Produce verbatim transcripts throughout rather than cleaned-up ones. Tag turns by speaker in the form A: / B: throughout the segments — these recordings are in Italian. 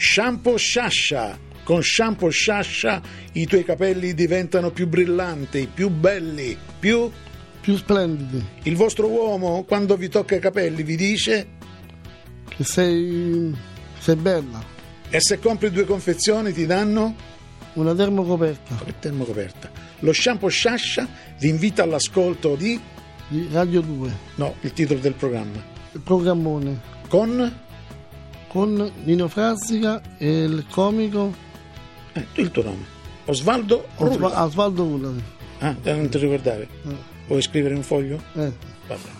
A: Shampoo Sciascia. Con Shampoo Sciascia i tuoi capelli diventano più brillanti, più belli, più...
B: più splendidi.
A: Il vostro uomo, quando vi tocca i capelli, vi dice...
B: che sei... sei bella.
A: E se compri due confezioni ti danno...
B: una termocoperta.
A: Che termocoperta. Lo Shampoo Sciascia vi invita all'ascolto di...
B: di Radio due.
A: No, il titolo del programma.
B: Il programmone.
A: Con...
B: con Nino Frassica e il comico...
A: Eh, tu il tuo nome. Osvaldo Rulla.
B: Osva- Osvaldo Rulla.
A: Ah, non ti ricordare?
B: Eh.
A: Vuoi scrivere un foglio?
B: Eh.
A: Va bene.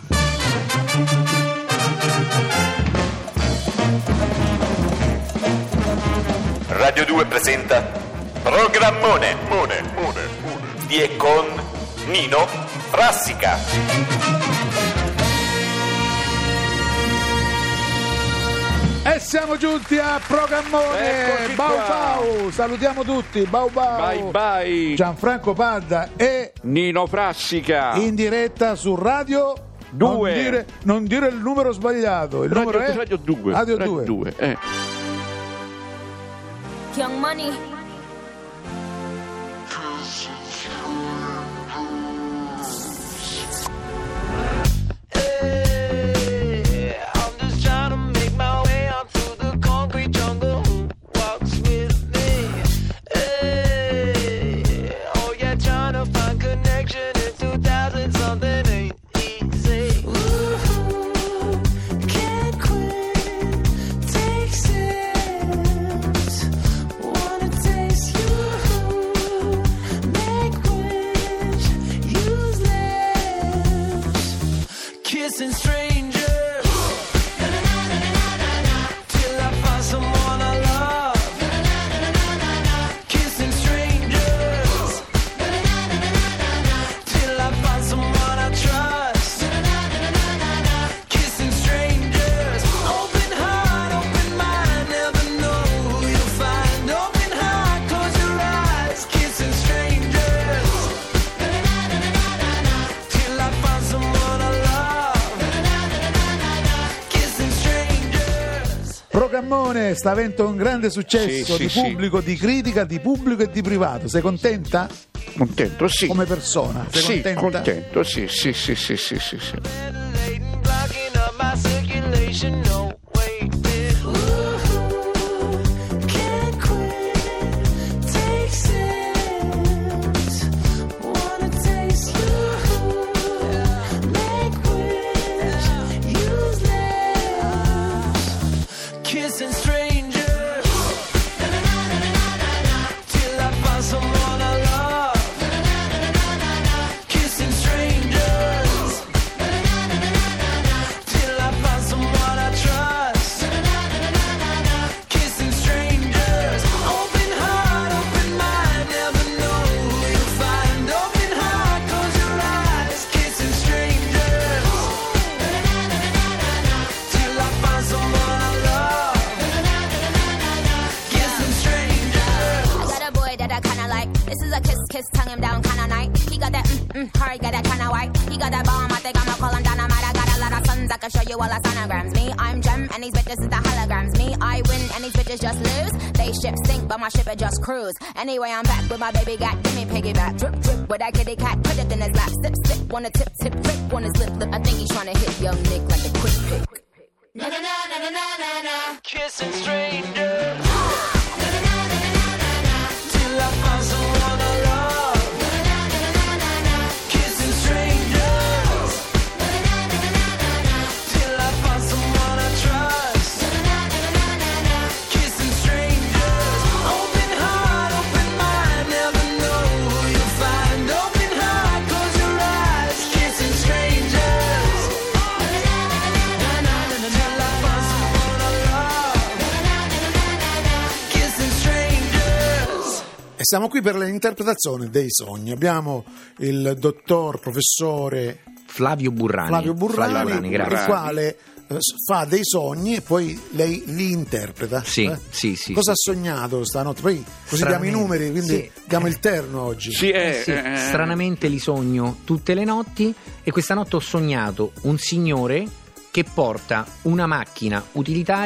C: Radio due presenta Programmone Mone, Mone, Mone. Di e con Nino Frassica.
A: E siamo giunti a Programmone.
D: Eccoci
A: Bau
D: qua.
A: bau. Salutiamo tutti. Bau bau.
D: Bye bye.
A: Gianfranco Padda e
D: Nino Frassica.
A: in diretta su Radio
D: Due.
A: Non dire, non dire il numero sbagliato. Il
D: Radio,
A: numero è
D: Radio due.
A: Radio
D: Radio
A: due.
D: due. Eh.
E: Young Money.
A: Programmone sta avendo un grande successo
D: Sì,
A: di
D: sì,
A: pubblico, di critica, di pubblico e di privato. Sei contenta?
D: Contento, sì.
A: Come persona? Sei
D: sì,
A: contenta?
D: contento, sì, sì, sì, sì, sì, sì, sì.
E: Kiss, tongue him down kinda night. He got that mm, mm, hard, got that kinda white. He got that bomb, I think I'ma call him dynamite. I got a lot of sons, I can show you all the sonograms. Me, I'm Gem, and these bitches is the holograms. Me, I win, and these bitches just lose. They ship sink, but my ship it just cruise. Anyway, I'm back with my baby gat, give me piggyback. Drip, drip, with that kitty cat, put it in his lap. Sip, sip, on the tip, tip, rip on his lip, lip. I think he's trying to hit young Nick like a quick pick. Na na na na na na na na.
F: Kissing strangers. Na na na na na na na. Till I find someone I love. Na na na na na na. Kissing strangers. Na na na na na na. Till I find someone I trust. Na na na na na na. Kissing strangers. Open heart, open mind. Never know who you'll find. Open heart, close your eyes. Kissing strangers. Na na na na na na. Till I find someone I love. Na na na na na na. Kissing strangers.
A: E siamo qui per l'interpretazione dei sogni. Abbiamo il dottor professore
G: Flavio Burrani.
A: Flavio Burrani,
G: Flavio Burrani,
A: il
G: grazie.
A: quale eh, fa dei sogni e poi lei li interpreta.
G: Sì,
A: eh?
G: sì, sì.
A: Cosa
G: sì,
A: ha sognato stanotte? Poi così diamo i
G: Stranamente,
A: numeri, quindi
G: sì.
A: diamo il terno oggi.
D: Sì, eh,
G: Eh sì,
D: eh,
G: stranamente li sogno tutte le notti e questa notte ho sognato un signore che porta una macchina utilitaria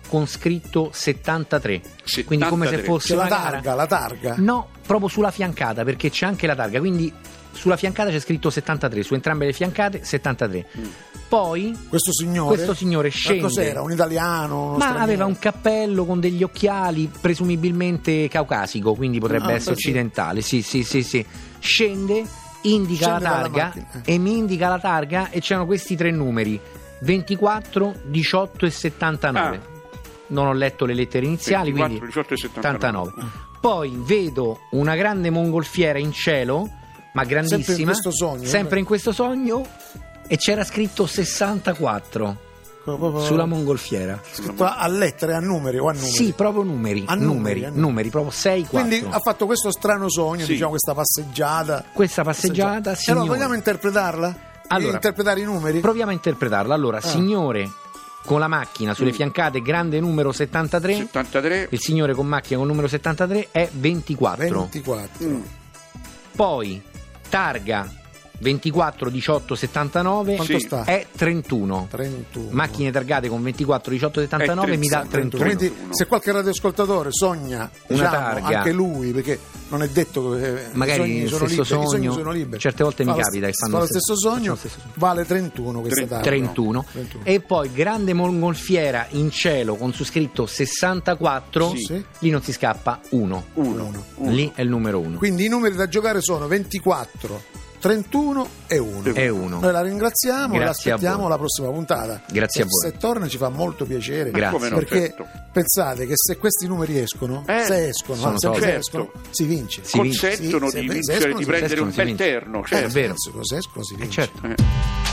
G: con scritto settantatré. Quindi come se
D: settantatré.
G: fosse
A: C'è la
G: una gara.
A: targa, la targa.
G: No, proprio sulla fiancata, perché c'è anche la targa, quindi sulla fiancata c'è scritto settantatré, su entrambe le fiancate settantatré. Poi
A: Questo signore,
G: questo signore
A: ma
G: scende.
A: cos'era? Un italiano? Uno
G: Ma
A: straniero?
G: aveva un cappello con degli occhiali, presumibilmente caucasico, quindi potrebbe
A: Ah,
G: essere
A: sì.
G: occidentale. Sì, sì, sì, sì. Scende, indica
A: Scende
G: la
A: dalla
G: targa
A: macchina.
G: e mi indica la targa e c'erano questi tre numeri: ventiquattro, diciotto e settantanove.
D: Ah.
G: Non ho letto le lettere iniziali,
D: ventiquattro,
G: quindi
D: diciotto e settantanove.
G: settantanove. Poi vedo una grande mongolfiera in cielo, ma grandissima,
A: Sempre in questo sogno?
G: sempre in questo sogno, e c'era scritto sessantaquattro
A: Proprio-
G: sulla mongolfiera.
A: scritto a lettere, a numeri o a numeri?
G: Sì, proprio numeri,
A: A numeri,
G: numeri,
A: a
G: numeri,
A: numeri.
G: proprio sei, quattro.
A: Quindi ha fatto questo strano sogno,
D: Sì.
A: diciamo, questa passeggiata.
G: Questa passeggiata,
A: E
G: signore.
A: allora vogliamo interpretarla?
G: Allora,
A: interpretare i numeri?
G: Proviamo a interpretarla. Allora,
A: Ah.
G: signore con la macchina sulle
D: Mm.
G: fiancate, grande numero settantatré.
D: settantatré.
G: Il signore con macchina con numero settantatré è ventiquattro.
A: ventiquattro.
D: Mm.
G: Poi targa ventiquattro, diciotto, settantanove
A: Quanto
D: Sì.
A: sta?
G: è trentuno.
A: trentuno.
G: Macchine targate con ventiquattro, diciotto, settantanove
D: È
G: mi dà
D: trentuno.
G: trentuno.
A: Quindi se qualche radioascoltatore sogna
G: Una
A: diciamo,
G: targa.
A: anche lui, perché non è detto che eh,
G: Magari
A: i sogni
G: il
A: sono
G: stesso
A: liberi, i sogni
G: sogno,
A: sono liberi.
G: certe volte
A: Fa
G: mi
A: lo
G: capita che
A: st-
G: fanno
A: fa lo
G: lo
A: stesso
G: stesso-
A: sogno,
G: facciano lo stesso sogno.
A: vale trentuno questa
D: Tre-
A: targa.
G: trentuno.
A: trentuno.
G: E poi grande mongolfiera in cielo con su scritto sessantaquattro.
A: Sì.
G: Lì non si scappa uno.
D: Uno.
A: Uno.
D: Uno.
G: Lì è il numero uno.
A: Quindi i numeri da giocare sono ventiquattro, trentuno e uno.
G: È uno.
A: Noi la ringraziamo e
G: Grazie a
A: l'aspettiamo
G: voi.
A: alla prossima puntata.
G: Grazie a
A: se,
G: voi.
A: Se torna ci fa molto piacere.
G: Grazie.
D: Come no,
A: Perché
D: certo.
A: pensate che se questi numeri escono,
D: Eh,
A: se escono,
G: sono
A: se
G: soldi.
A: escono, si vince.
G: Si vince.
D: Consentono
A: Sì,
D: di
A: se- se
D: vincere,
A: escono,
D: di
A: se
D: prendere
G: escono,
D: un
G: si
D: bel
G: vince.
D: terno.
A: Eh,
D: Certo.
G: è vero.
A: se- se escono si
G: Eh,
A: vince.
G: certo.
D: Eh.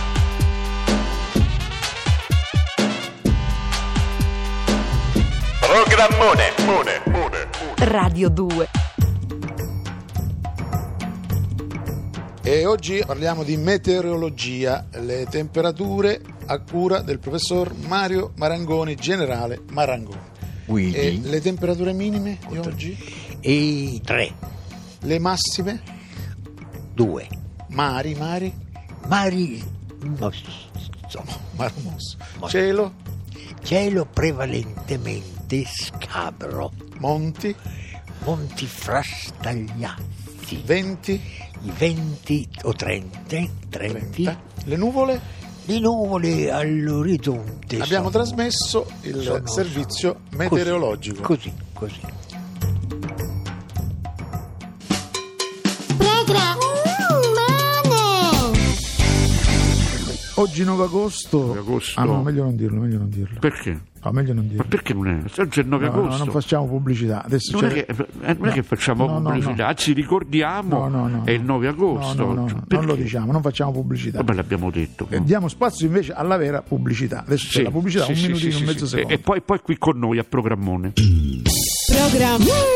C: Programmone, mone, mone.
H: Radio due.
A: E oggi parliamo di meteorologia, le temperature a cura del professor Mario Marangoni, generale Marangoni. E le temperature minime di oggi?
I: E tre,
A: Le massime?
I: due,
A: Mari, mari?
I: mari, no, insomma,
A: Mare mosso. Cielo?
I: cielo prevalentemente scabro,
A: Monti?
I: monti frastagliati,
A: Venti?
I: i venti o trenti, trenti,
A: trenta. Le nuvole?
I: le nuvole all'orizzonte.
A: Abbiamo
I: sono-
A: trasmesso il
I: sono-
A: servizio
I: sono-
A: meteorologico.
I: Così, così, così.
A: Oggi nove agosto.
D: nove agosto.
A: Ah no, meglio non dirlo, meglio non dirlo.
D: Perché?
A: No, meglio non
D: Ma
A: dirlo.
D: perché non è? Oggi è il nove
A: No, no,
D: agosto.
A: non facciamo pubblicità. Adesso
D: Non,
A: c'è-
D: è che, eh, non è che facciamo
A: No, no,
D: pubblicità,
A: no.
D: anzi ricordiamo,
A: No, no, no,
D: è il nove agosto.
A: No, no, no,
D: Cioè,
A: non
D: perché?
A: lo diciamo, non facciamo pubblicità.
D: Vabbè, l'abbiamo detto.
A: Eh, Diamo spazio invece alla vera pubblicità. Adesso c'è
D: Sì,
A: la pubblicità,
D: sì,
A: un
D: sì,
A: minutino,
D: sì,
A: un
D: sì,
A: mezzo
D: sì.
A: secondo.
D: E, e poi, poi qui con noi a Programmone.
H: Programmone.